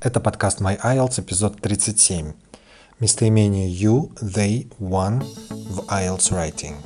Это подкаст My IELTS, эпизод 37. Местоимение you, they, one в IELTS Writing.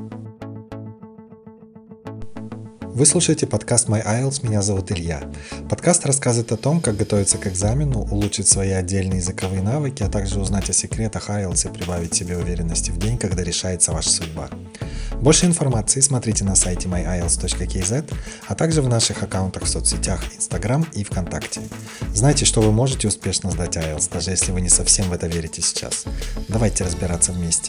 Вы слушаете подкаст My IELTS, меня зовут Илья. Подкаст рассказывает о том, как готовиться к экзамену, улучшить свои отдельные языковые навыки, а также узнать о секретах IELTS и прибавить себе уверенности в день, когда решается ваша судьба. Больше информации смотрите на сайте myielts.kz, а также в наших аккаунтах в соцсетях Instagram и ВКонтакте. Знайте, что вы можете успешно сдать IELTS, даже если вы не совсем в это верите сейчас. Давайте разбираться вместе.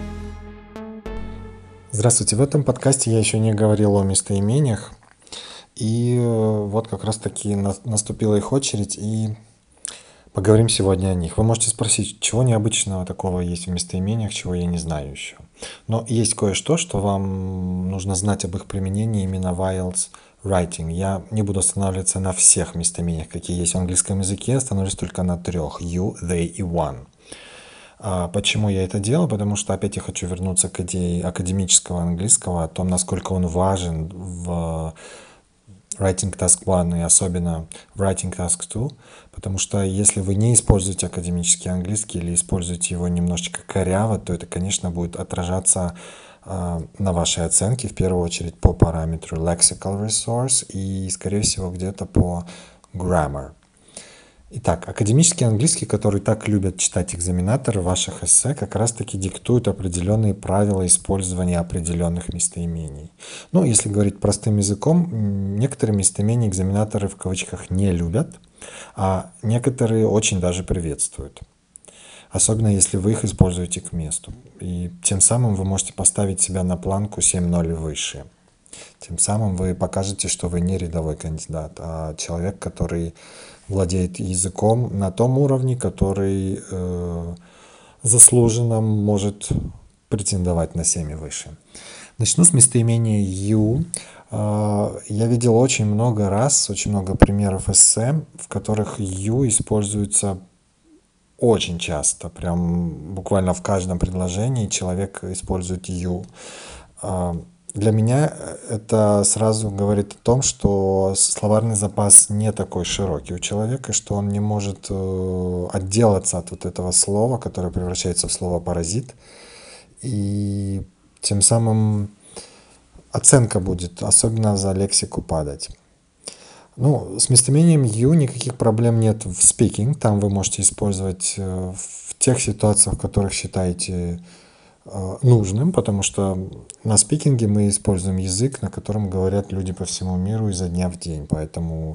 Здравствуйте, в этом подкасте я еще не говорил о местоимениях, и вот как раз таки наступила их очередь, и поговорим сегодня о них. Вы можете спросить, чего необычного такого есть в местоимениях, чего я не знаю еще. Но есть кое-что, что вам нужно знать об их применении именно в IELTS Writing. Я не буду останавливаться на всех местоимениях, какие есть в английском языке, остановлюсь только на 3: you, they и one. Почему я это делаю? Потому что опять я хочу вернуться к идее академического английского, о том, насколько он важен в Writing Task 1 и особенно в Writing Task 2, потому что если вы не используете академический английский или используете его немножечко коряво, то это, конечно, будет отражаться на вашей оценке, в первую очередь по параметру Lexical Resource и, скорее всего, где-то по Grammar. Итак, академический английский, который так любят читать экзаменаторы в ваших эссе, как раз-таки диктует определенные правила использования определенных местоимений. Ну, если говорить простым языком, некоторые местоимения экзаменаторы в кавычках не любят, а некоторые очень даже приветствуют. Особенно если вы их используете к месту. И тем самым вы можете поставить себя на планку 7.0 и выше. Тем самым вы покажете, что вы не рядовой кандидат, а человек, который владеет языком на том уровне, который заслуженно может претендовать на 7 и выше. Начну с местоимения you. Я видел очень много примеров эссе, в которых you используется очень часто, прям буквально в каждом предложении человек использует you. Для меня это сразу говорит о том, что словарный запас не такой широкий у человека, что он не может отделаться от вот этого слова, которое превращается в слово «паразит». И тем самым оценка будет, особенно за лексику, падать. Ну, с местоимением you никаких проблем нет в speaking. Там вы можете использовать в тех ситуациях, в которых считаете нужным, потому что на спикинге мы используем язык, на котором говорят люди по всему миру изо дня в день, поэтому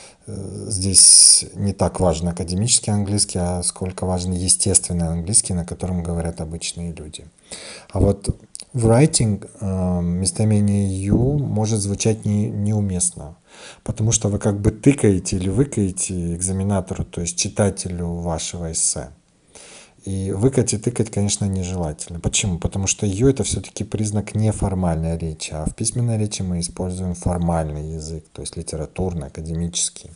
здесь не так важен академический английский, а сколько важен естественный английский, на котором говорят обычные люди. А вот в writing местоимение you может звучать неуместно, потому что вы как бы тыкаете или выкаете экзаменатору, то есть читателю вашего эссе. И выкать и тыкать, конечно, нежелательно. Почему? Потому что you — это все-таки признак неформальной речи, а в письменной речи мы используем формальный язык, то есть литературный, академический.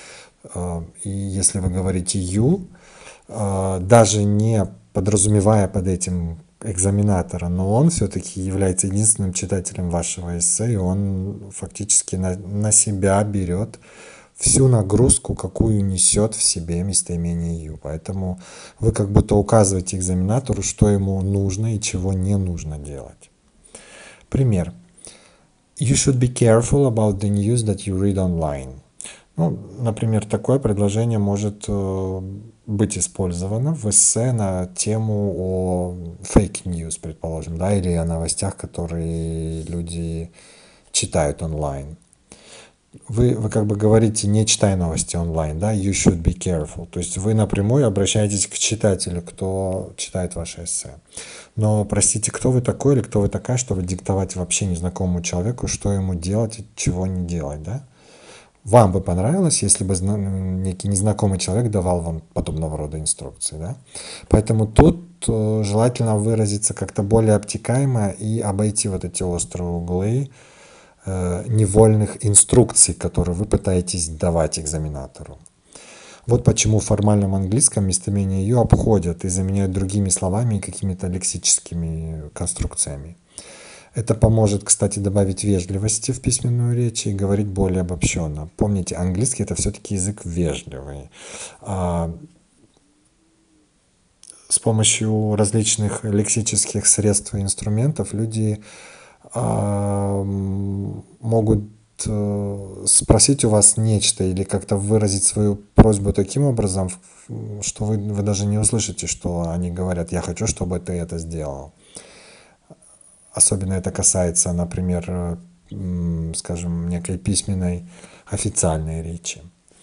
И если вы говорите you, даже не подразумевая под этим экзаменатора, но он все-таки является единственным читателем вашего эссе, и он фактически на себя берет всю нагрузку, какую несет в себе местоимение you. Поэтому вы как будто указываете экзаменатору, что ему нужно и чего не нужно делать. Пример. You should be careful about the news that you read online. Ну, например, такое предложение может быть использовано в эссе на тему о fake news, предположим, да, или о новостях, которые люди читают онлайн. Вы как бы говорите, не читай новости онлайн, да, you should be careful. То есть вы напрямую обращаетесь к читателю, кто читает ваше эссе. Но, простите, кто вы такой или кто вы такая, чтобы диктовать вообще незнакомому человеку, что ему делать и чего не делать, да? Вам бы понравилось, если бы некий незнакомый человек давал вам подобного рода инструкции, да? Поэтому тут желательно выразиться как-то более обтекаемо и обойти вот эти острые углы невольных инструкций, которые вы пытаетесь давать экзаменатору. Вот почему в формальном английском местоимение you обходят и заменяют другими словами и какими-то лексическими конструкциями. Это поможет, кстати, добавить вежливости в письменную речь и говорить более обобщенно. Помните, английский это все-таки язык вежливый. С помощью различных лексических средств и инструментов люди могут спросить у вас нечто или как-то выразить свою просьбу таким образом, что вы даже не услышите, что они говорят: «Я хочу, чтобы ты это сделал». Особенно это касается, например, скажем, некой письменной официальной речи.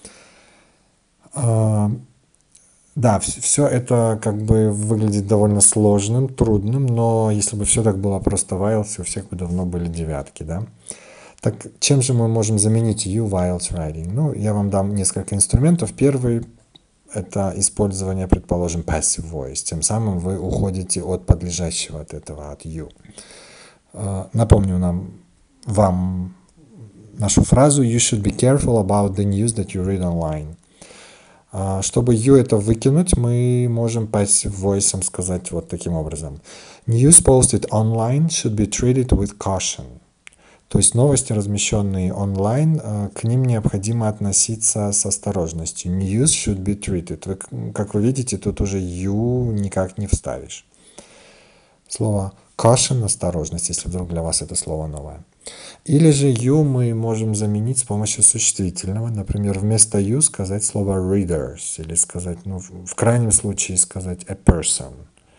Да, все это как бы выглядит довольно сложным, трудным, но если бы все так было просто в IELTS, у всех бы давно были девятки, да? Так чем же мы можем заменить you в IELTS writing? Ну, я вам дам несколько инструментов. Первый – это использование, предположим, passive voice. Тем самым вы уходите от подлежащего, от этого, от you. Напомню вам нашу фразу «You should be careful about the news that you read online». Чтобы you это выкинуть, мы можем passive voice сказать вот таким образом. News posted online should be treated with caution. То есть новости, размещенные онлайн, к ним необходимо относиться с осторожностью. News should be treated. Как вы видите, тут уже you никак не вставишь. Слово caution – осторожность, если вдруг для вас это слово новое. Или же you мы можем заменить с помощью существительного. Например, вместо you сказать слово readers. Или сказать, в крайнем случае сказать a person,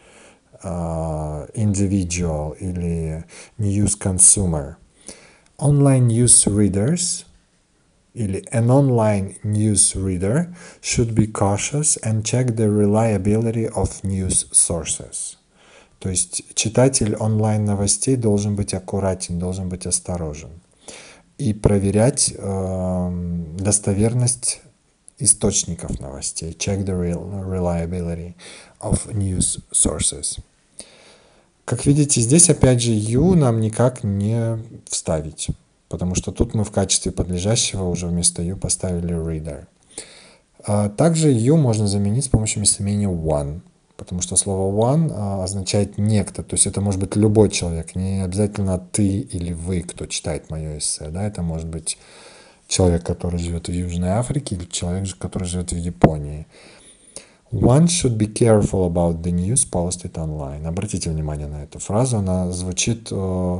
individual или news consumer. Online news readers или an online news reader should be cautious and check the reliability of news sources. То есть читатель онлайн-новостей должен быть аккуратен, должен быть осторожен и проверять достоверность источников новостей. Check the reliability of news sources. Как видите, здесь опять же you нам никак не вставить, потому что тут мы в качестве подлежащего уже вместо you поставили reader. Также you можно заменить с помощью местоимения one. Потому что слово one означает некто, то есть это может быть любой человек, не обязательно ты или вы, кто читает мое эссе, да, это может быть человек, который живет в Южной Африке, или человек, который живет в Японии. One should be careful about the news posted online. Обратите внимание на эту фразу, она звучит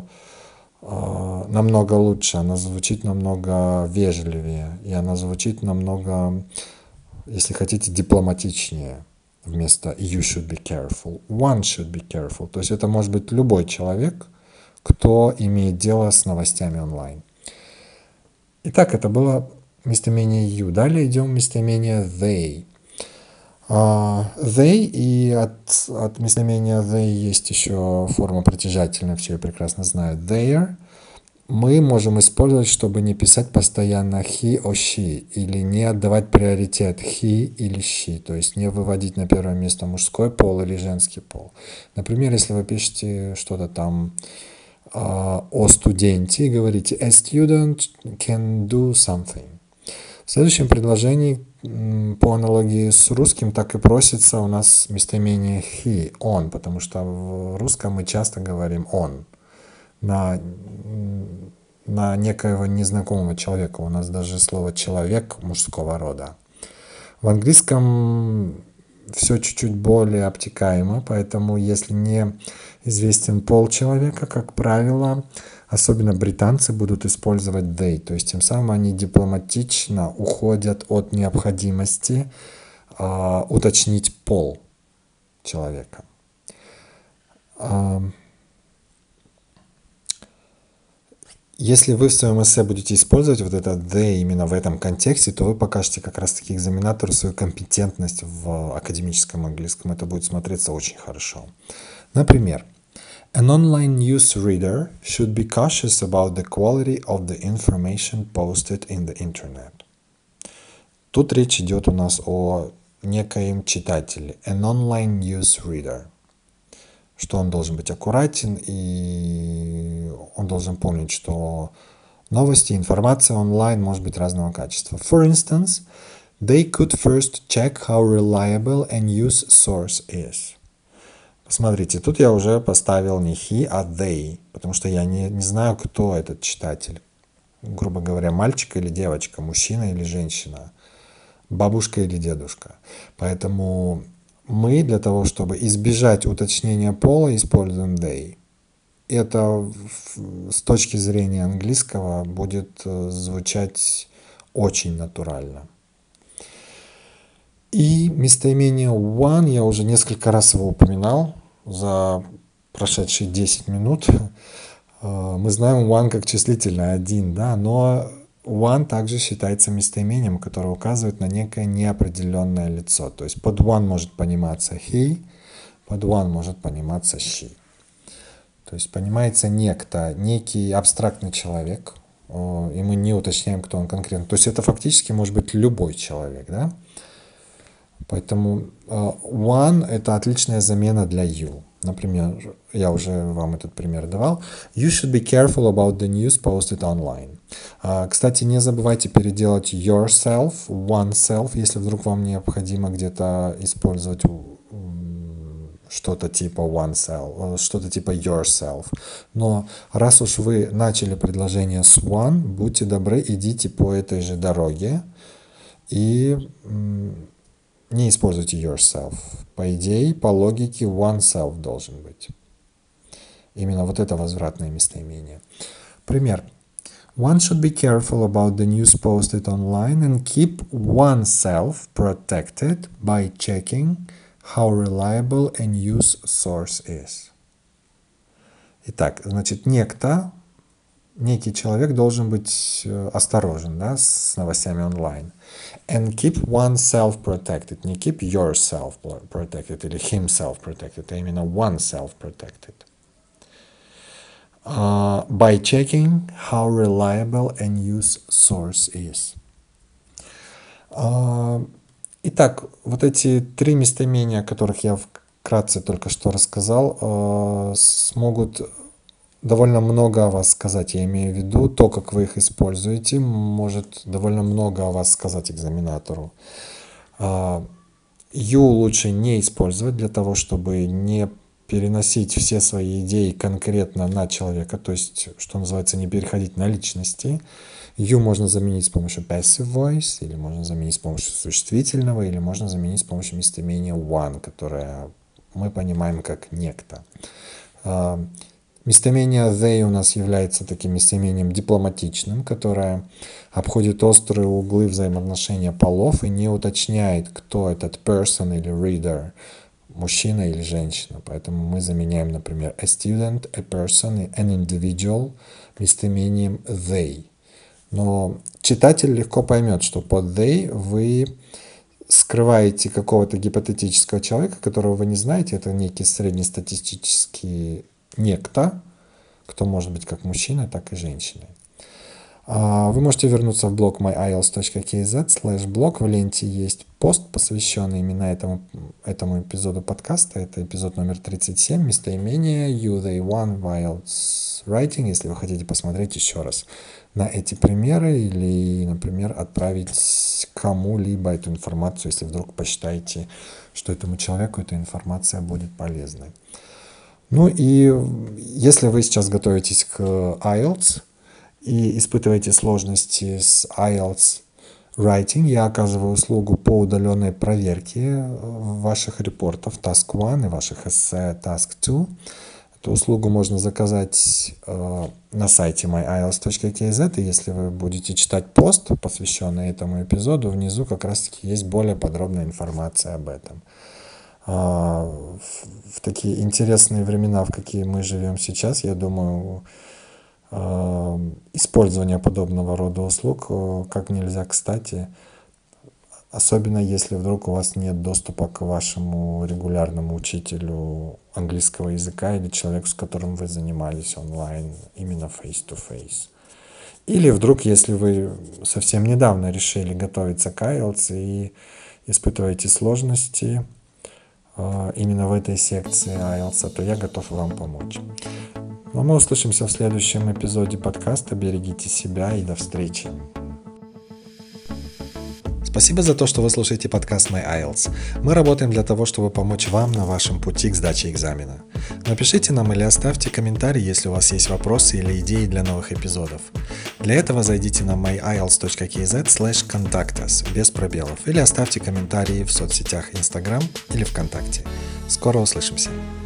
намного лучше, она звучит намного вежливее, и она звучит намного, если хотите, дипломатичнее. Вместо you should be careful, one should be careful. То есть это может быть любой человек, кто имеет дело с новостями онлайн. Итак, это было местоимение you. Далее идем местоимение they. They, и от местоимения they есть еще форма притяжательная, все ее прекрасно знают. Their мы можем использовать, чтобы не писать постоянно he or she, или не отдавать приоритет he или she, то есть не выводить на первое место мужской пол или женский пол. Например, если вы пишете что-то там о студенте и говорите a student can do something. В следующем предложении по аналогии с русским так и просится у нас местоимение he, он, потому что в русском мы часто говорим он на некоего незнакомого человека. У нас даже слово «человек» мужского рода. В английском все чуть-чуть более обтекаемо, поэтому если не известен пол человека, как правило, особенно британцы будут использовать they, то есть тем самым они дипломатично уходят от необходимости уточнить пол человека. Если вы в своем эссе будете использовать вот это they именно в этом контексте, то вы покажете как раз-таки экзаменатору свою компетентность в академическом английском. Это будет смотреться очень хорошо. Например, an online news reader should be cautious about the quality of the information posted in the internet. Тут речь идет у нас о некоем читателе, an online news reader. Что он должен быть аккуратен, и он должен помнить, что новости, информация онлайн может быть разного качества. For instance, they could first check how reliable a news source is. Смотрите, тут я уже поставил не he, а they, потому что я не знаю, кто этот читатель. Грубо говоря, мальчик или девочка, мужчина или женщина, бабушка или дедушка. Поэтому мы для того, чтобы избежать уточнения пола, используем they. Это с точки зрения английского будет звучать очень натурально. И местоимение one, я уже несколько раз его упоминал за прошедшие 10 минут. Мы знаем one как числительное один, да, но one также считается местоимением, которое указывает на некое неопределенное лицо. То есть под one может пониматься he, под one может пониматься she. То есть понимается некто, некий абстрактный человек, и мы не уточняем, кто он конкретно. То есть это фактически может быть любой человек, да? Поэтому one – это отличная замена для you. Например, я уже вам этот пример давал. You should be careful about the news posted online. Кстати, не забывайте переделать yourself, oneself, если вдруг вам необходимо где-то использовать что-то типа oneself, что-то типа yourself. Но раз уж вы начали предложение с one, будьте добры, идите по этой же дороге и не используйте yourself. По идее, по логике, oneself должен быть. Именно вот это возвратное местоимение. Пример. One should be careful about the news posted online and keep oneself protected by checking how reliable a news source is. Итак, значит, некий человек должен быть осторожен, да, с новостями онлайн. And keep oneself protected. Не keep yourself protected или himself protected, а именно oneself protected. By checking how reliable a news source is. Итак, вот эти три местоимения, о которых я вкратце только что рассказал, смогут довольно много о вас сказать. Я имею в виду, то, как вы их используете, может довольно много о вас сказать экзаменатору. You лучше не использовать для того, чтобы не переносить все свои идеи конкретно на человека, то есть, что называется, не переходить на личности. You можно заменить с помощью passive voice, или можно заменить с помощью существительного, или можно заменить с помощью местоимения one, которое мы понимаем как некто. Местоимение they у нас является таким местоимением дипломатичным, которое обходит острые углы взаимоотношения полов и не уточняет, кто этот person или reader, мужчина или женщина. Поэтому мы заменяем, например, a student, a person и an individual местоимением they. Но читатель легко поймет, что под they вы скрываете какого-то гипотетического человека, которого вы не знаете. Это некий среднестатистический некто, кто может быть как мужчиной, так и женщиной. Вы можете вернуться в блог myielts.kz/blog. В ленте есть пост, посвященный именно этому эпизоду подкаста. Это эпизод номер 37, местоимение you, they, one, IELTS writing. Если вы хотите посмотреть еще раз на эти примеры или, например, отправить кому-либо эту информацию, если вдруг посчитаете, что этому человеку эта информация будет полезной. Ну и если вы сейчас готовитесь к IELTS и испытываете сложности с IELTS Writing, я оказываю услугу по удаленной проверке ваших репортов Task 1 и ваших эссе Task 2. Эту услугу можно заказать на сайте myielts.kz, и если вы будете читать пост, посвященный этому эпизоду, внизу как раз-таки есть более подробная информация об этом. В такие интересные времена, в какие мы живем сейчас, я думаю, использование подобного рода услуг как нельзя кстати, особенно если вдруг у вас нет доступа к вашему регулярному учителю английского языка или человеку, с которым вы занимались онлайн, именно face-to-face. Или вдруг, если вы совсем недавно решили готовиться к IELTS и испытываете сложности именно в этой секции IELTS, то я готов вам помочь. Но мы услышимся в следующем эпизоде подкаста. Берегите себя и до встречи. Спасибо за то, что вы слушаете подкаст My IELTS. Мы работаем для того, чтобы помочь вам на вашем пути к сдаче экзамена. Напишите нам или оставьте комментарий, если у вас есть вопросы или идеи для новых эпизодов. Для этого зайдите на myielts.kz/contact us без пробелов или оставьте комментарии в соцсетях Instagram или ВКонтакте. Скоро услышимся!